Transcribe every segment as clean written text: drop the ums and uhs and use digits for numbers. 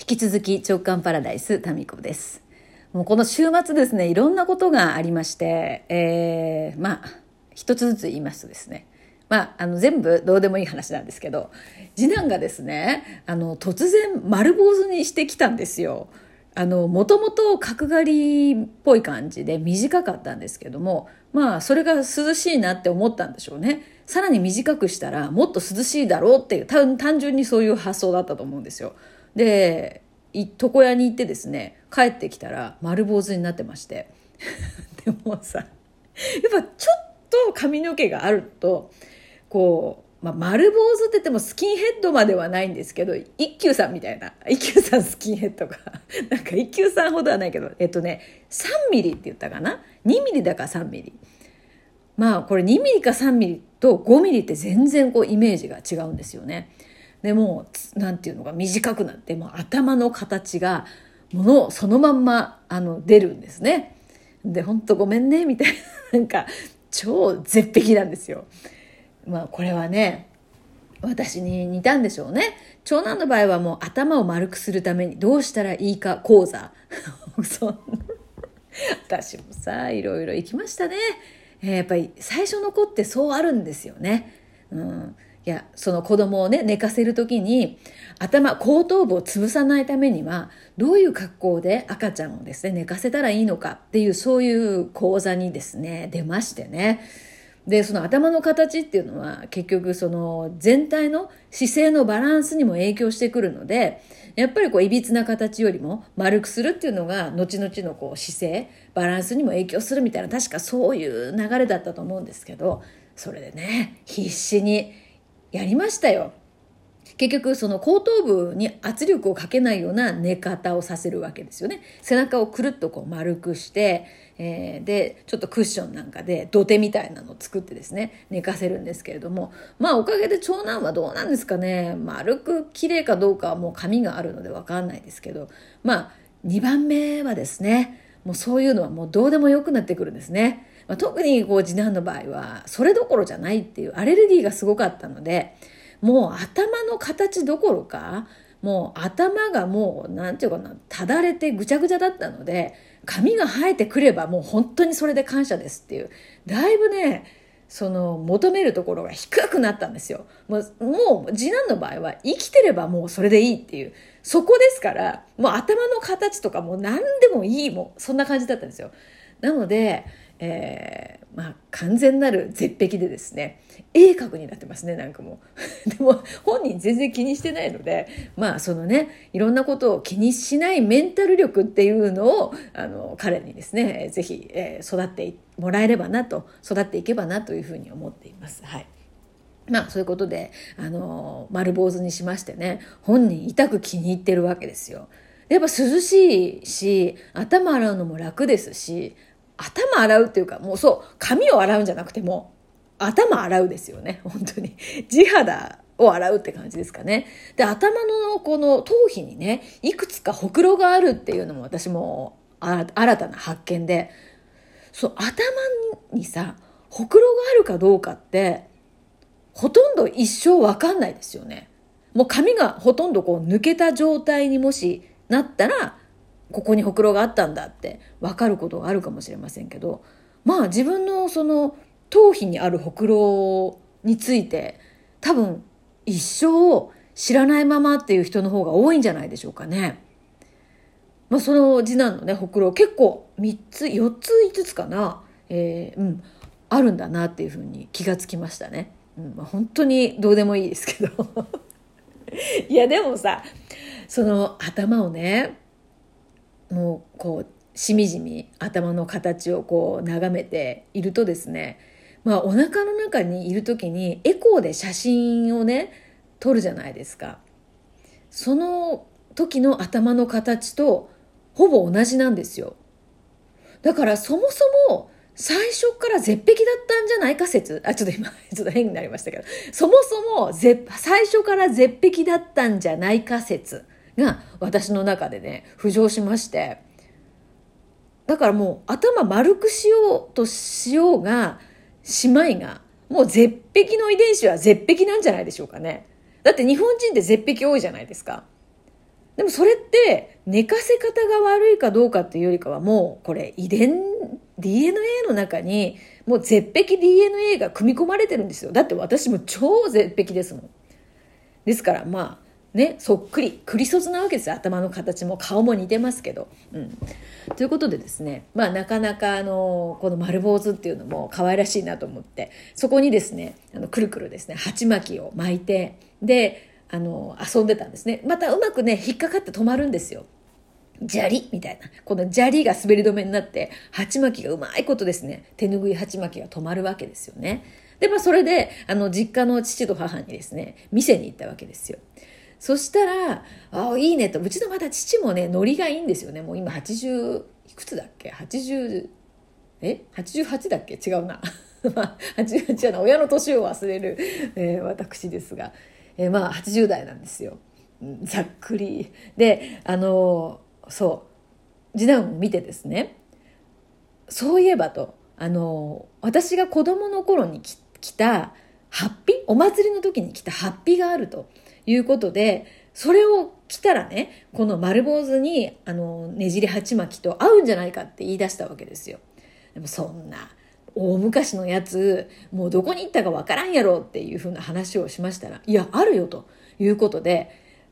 引き続き直感パラダイスタミコです。もうこの週末ですね、いろんなことがありまして、一つずつ言いますとですね、全部どうでもいい話なんですけど、次男がですね、突然丸坊主にしてきたんですよ。もともと角刈りっぽい感じで短かったんですけども、それが涼しいなって思ったんでしょうね。さらに短くしたらもっと涼しいだろうっていう、単純にそういう発想だったと思うんですよ。で、床屋に行ってですね、帰ってきたら丸坊主になってましてでもさ、やっぱちょっと髪の毛があると丸坊主って言ってもスキンヘッドまではないんですけど、一休さんみたいな、一休さんスキンヘッドかなんか一休さんほどはないけど、3ミリって言ったかな、2ミリだか3ミリ、これ2ミリか3ミリと5ミリって全然イメージが違うんですよね。でもなんていうのが短くなって、もう頭の形がそのまんま出るんですね。で、本当ごめんねみたいな、なんか超絶壁なんですよ。これはね、私に似たんでしょうね。長男の場合はもう頭を丸くするためにどうしたらいいか講座私もさ、いろいろ行きましたね。やっぱり最初の子ってそうあるんですよね。いや、その子供をね、寝かせるときに後頭部を潰さないためにはどういう格好で赤ちゃんをですね、寝かせたらいいのかっていう、そういう講座にですね、出ましてね。で、その頭の形っていうのは結局その全体の姿勢のバランスにも影響してくるので、やっぱりいびつな形よりも丸くするっていうのが後々の姿勢バランスにも影響するみたいな、確かそういう流れだったと思うんですけど、それでね、必死にやりましたよ。結局その後頭部に圧力をかけないような寝方をさせるわけですよね。背中をくるっと丸くして、でちょっとクッションなんかで土手みたいなのを作ってですね、寝かせるんですけれども、おかげで長男はどうなんですかね、丸く綺麗かどうかはもう髪があるので分かんないですけど、2番目はですね、もうそういうのはもうどうでもよくなってくるんですね。特に次男の場合はそれどころじゃないっていうアレルギーがすごかったので、もう頭の形どころか、もう頭がもうなんていうかな、ただれてぐちゃぐちゃだったので、髪が生えてくればもう本当にそれで感謝ですっていう、だいぶね、その求めるところが低くなったんですよ。もう次男の場合は生きてればもうそれでいいっていう、そこですから、もう頭の形とかもう何でもいい、もうそんな感じだったんですよ。なので、完全なる絶壁でですね、鋭角になってますね、なんかもうでも本人全然気にしてないので、そのね、いろんなことを気にしないメンタル力っていうのを彼にですね、ぜひ、育ってもらえればなと、育っていけばなというふうに思っています。はい。そういうことで丸坊主にしましてね、本人痛く気に入ってるわけですよ。やっぱ涼しいし、頭洗うのも楽ですし、頭洗うっていうか、もう髪を洗うんじゃなくても頭洗うですよね、本当に地肌を洗うって感じですかね。で、頭のこの頭皮にね、いくつかほくろがあるっていうのも私も新たな発見で、頭にさ、ほくろがあるかどうかってほとんど一生わかんないですよね。もう髪がほとんど抜けた状態にもしなったら、ここにほくろがあったんだってわかることがあるかもしれませんけど、自分のその頭皮にあるほくろについて多分一生知らないままっていう人の方が多いんじゃないでしょうかね。その次男のね、ほくろ結構3つ4つ5つかな、あるんだなっていうふうに気がつきましたね。本当にどうでもいいですけどいやでもさ、その頭をね、もうしみじみ頭の形を眺めているとですね、お腹の中にいる時にエコーで写真をね撮るじゃないですか。その時の頭の形とほぼ同じなんですよ。だからそもそも最初から絶壁だったんじゃないか説、ちょっと今ちょっと変になりましたけど、そもそも最初から絶壁だったんじゃないか説が私の中でね浮上しまして、だからもう頭丸くしようとしようがしまいが、もう絶壁の遺伝子は絶壁なんじゃないでしょうかね。だって日本人って絶壁多いじゃないですか。 でもそれって寝かせ方が悪いかどうかっていうよりかは、もうこれDNA の中にもう絶壁 DNA が組み込まれてるんですよ。だって私も超絶壁ですもん。ですからまあね、そっくりクリソツなわけですよ。頭の形も顔も似てますけど、ということでですね、まあなかなかこの丸坊主っていうのも可愛らしいなと思って、そこにですねくるくるですね鉢巻きを巻いて、で遊んでたんですね。またうまくね引っかかって止まるんですよ。砂利みたいな、この砂利が滑り止めになって鉢巻きがうまいことですね、手ぬぐい鉢巻きが止まるわけですよね。でそれで実家の父と母にですね店に行ったわけですよ。そしたらいいねと、うちのまた父もねノリがいいんですよね。もう今80いくつだっけ、88だっけ、違うな88はな、親の年を忘れる、私ですが、まあ80代なんですよ、ざっくりで。そう次男を見てですね、そういえばと私が子供の頃に着たハッピー、お祭りの時に着たハッピーがあるということで、それを着たらねこの丸坊主にねじり鉢巻きと合うんじゃないかって言い出したわけですよ。でもそんな大昔のやつもうどこに行ったかわからんやろっていうふうな話をしましたら、いやあるよということで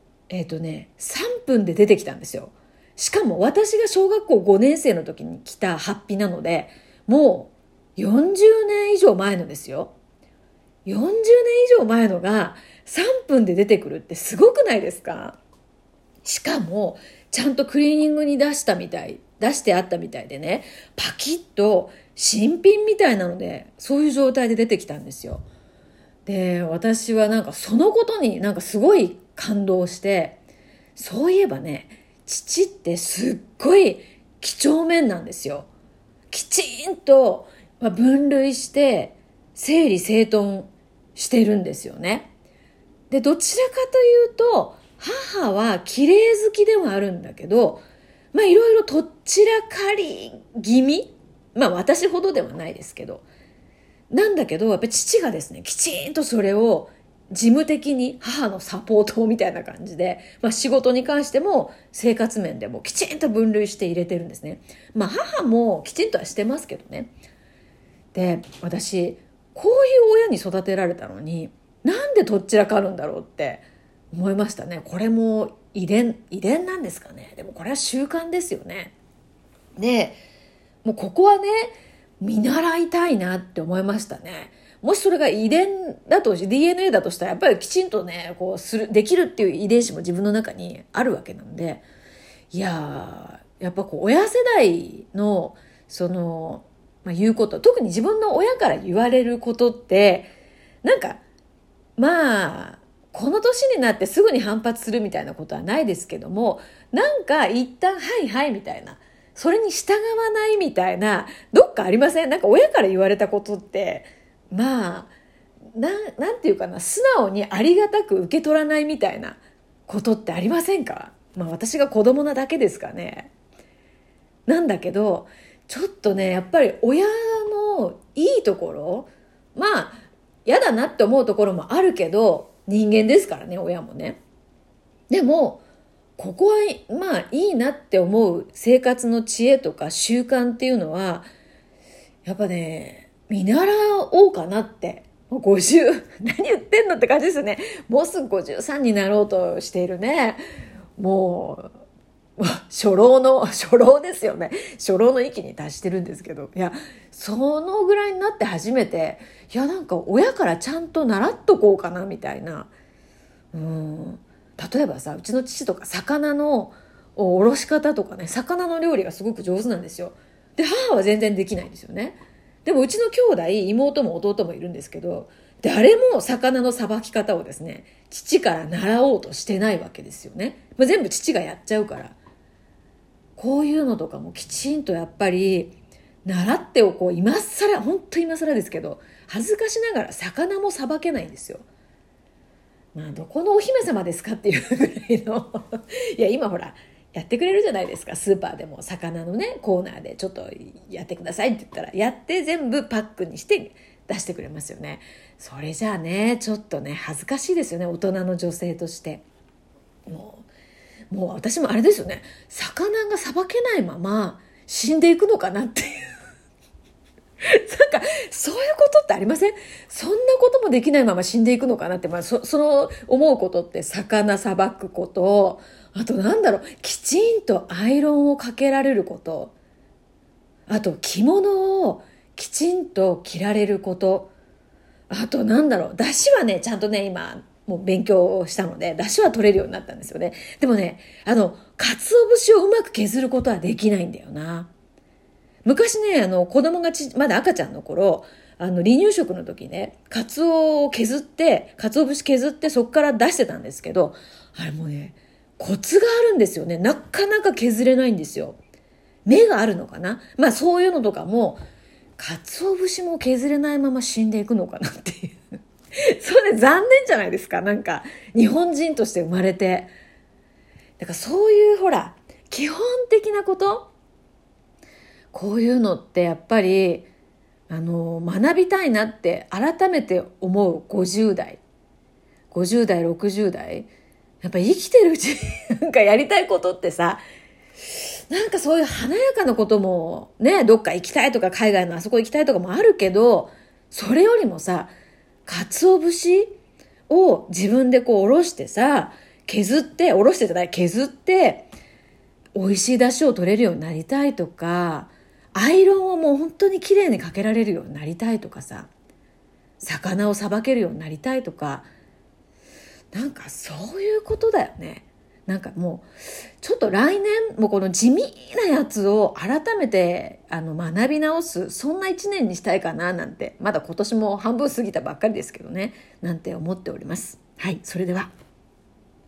3分で出てきたんですよ。しかも私が小学校5年生の時に着たハッピーなので、もう40年以上前のですよ。40年以上前のが3分で出てくるってすごくないですか？しかもちゃんとクリーニングに出してあったみたいでね、パキッと新品みたいなのでそういう状態で出てきたんですよ。で私はなんかそのことになんかすごい感動して、そういえばね父ってすっごい几帳面なんですよ。きちんと分類して整理整頓してるんですよね。でどちらかというと母は綺麗好きではあるんだけど、いろいろとっちらかり気味、私ほどではないですけど、なんだけどやっぱり父がですねきちんとそれを事務的に母のサポートみたいな感じで、仕事に関しても生活面でもきちんと分類して入れてるんですね。母もきちんとはしてますけどね。で私こういう親に育てられたのになんでとっちらかるんだろうって思いましたね。これも遺伝なんですかね。でもこれは習慣ですよね。でもうここはね見習いたいなって思いましたね。もしそれが遺伝だと DNA だとしたらやっぱりきちんとねできるっていう遺伝子も自分の中にあるわけなんで、やっぱ親世代の言うこと、特に自分の親から言われることってなんかこの年になってすぐに反発するみたいなことはないですけども、なんか一旦はいはいみたいな、それに従わないみたいなどっかありません？なんか親から言われたことってなんていうかな、素直にありがたく受け取らないみたいなことってありませんか？私が子供なだけですかね。なんだけどちょっとねやっぱり親のいいところ、嫌だなって思うところもあるけど人間ですからね親もね。でもここはいいなって思う生活の知恵とか習慣っていうのはやっぱね見習おうかなって。50何言ってんのって感じですよね。もうすぐ53になろうとしているね、もう初老ですよね。初老の域に達してるんですけど、そのぐらいになって初めてなんか親からちゃんと習っとこうかなみたいな。例えばさ、うちの父とか魚のおろし方とかね、魚の料理がすごく上手なんですよ。で母は全然できないんですよね。でもうちの兄弟妹も弟もいるんですけど、誰も魚のさばき方をですね父から習おうとしてないわけですよね。全部父がやっちゃうから、こういうのとかもきちんとやっぱり習っておこう。本当今更ですけど恥ずかしながら魚もさばけないんですよ。どこのお姫様ですかっていうぐらいの今ほらやってくれるじゃないですか。スーパーでも魚のねコーナーでちょっとやってくださいって言ったらやって全部パックにして出してくれますよね。それじゃあねちょっとね恥ずかしいですよね、大人の女性として。ももう私もあれですよね。魚がさばけないまま死んでいくのかなっていう。なんか、そういうことってありません？そんなこともできないまま死んでいくのかなって、その思うことって魚さばくこと、あとなんだろう、きちんとアイロンをかけられること、あと着物をきちんと着られること、あとなんだろう、出汁はね、ちゃんとね、今、もう勉強したので、出汁は取れるようになったんですよね。でもね、鰹節をうまく削ることはできないんだよな。昔ね、子供がまだ赤ちゃんの頃、離乳食の時ね、鰹節削ってそこから出してたんですけど、あれもうね、コツがあるんですよね。なかなか削れないんですよ。目があるのかな。そういうのとかも、鰹節も削れないまま死んでいくのかなっていう。それ残念じゃないですか。なんか、日本人として生まれて。だからそういうほら、基本的なこと、こういうのってやっぱり、学びたいなって改めて思う50代。50代、60代。やっぱ生きてるうちになんかやりたいことってさ、なんかそういう華やかなこともね、どっか行きたいとか海外のあそこ行きたいとかもあるけど、それよりもさ、鰹節を自分でこうおろしてさ、おろしてじゃない、削って、美味しい出汁を取れるようになりたいとか、アイロンをもう本当に綺麗にかけられるようになりたいとかさ、魚をさばけるようになりたいとか、なんかそういうことだよね。なんかもうちょっと来年もこの地味なやつを改めて学び直す、そんな一年にしたいかななんて、まだ今年も半分過ぎたばっかりですけどね、なんて思っております。はい、それでは。